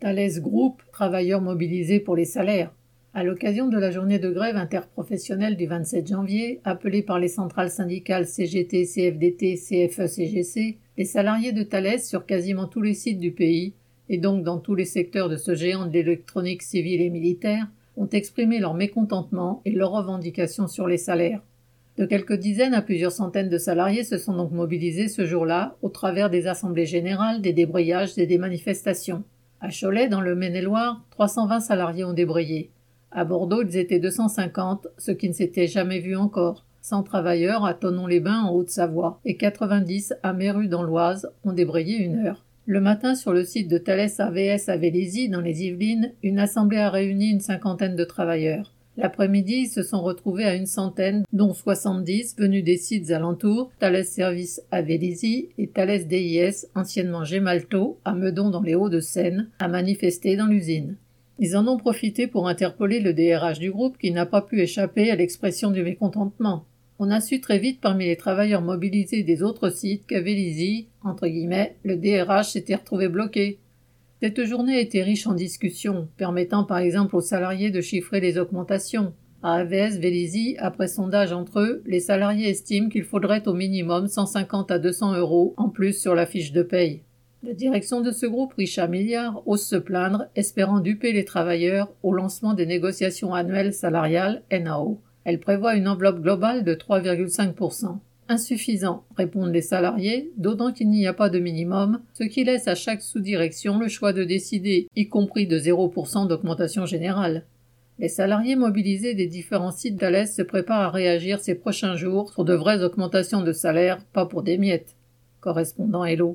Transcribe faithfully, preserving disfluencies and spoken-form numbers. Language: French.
Thales Group, travailleurs mobilisés pour les salaires. À l'occasion de la journée de grève interprofessionnelle du vingt-sept janvier, appelée par les centrales syndicales C G T, C F D T, C F E C G C, les salariés de Thales sur quasiment tous les sites du pays, et donc dans tous les secteurs de ce géant de l'électronique civile et militaire, ont exprimé leur mécontentement et leurs revendications sur les salaires. De quelques dizaines à plusieurs centaines de salariés se sont donc mobilisés ce jour-là au travers des assemblées générales, des débrayages et des manifestations. À Cholet, dans le Maine-et-Loire, trois cent vingt salariés ont débrayé. À Bordeaux, ils étaient deux cent cinquante, ce qui ne s'était jamais vu encore. cent travailleurs à Thonon-les-Bains en Haute-Savoie et quatre-vingt-dix à Méru dans l'Oise ont débrayé une heure. Le matin, sur le site de Thales A V S à Vélizy, dans les Yvelines, une assemblée a réuni une cinquantaine de travailleurs. L'après-midi, ils se sont retrouvés à une centaine, dont soixante-dix venus des sites alentours, Thales Service à Vélizy et Thales D I S, anciennement Gemalto, à Meudon dans les Hauts-de-Seine, à manifester dans l'usine. Ils en ont profité pour interpeller le D R H du groupe qui n'a pas pu échapper à l'expression du mécontentement. On a su très vite parmi les travailleurs mobilisés des autres sites qu'à Vélizy, entre guillemets, le D R H s'était retrouvé bloqué. Cette journée a été riche en discussions, permettant par exemple aux salariés de chiffrer les augmentations. À A V S Vélizy, après sondage entre eux, les salariés estiment qu'il faudrait au minimum cent cinquante à deux cents euros en plus sur la fiche de paye. La direction de ce groupe riche à milliards ose se plaindre, espérant duper les travailleurs au lancement des négociations annuelles salariales N A O. Elle prévoit une enveloppe globale de trois virgule cinq pour cent. Insuffisant, répondent les salariés, d'autant qu'il n'y a pas de minimum, ce qui laisse à chaque sous-direction le choix de décider, y compris de zéro pour cent d'augmentation générale. Les salariés mobilisés des différents sites Thales se préparent à réagir ces prochains jours pour de vraies augmentations de salaire, pas pour des miettes. Correspondant Hello.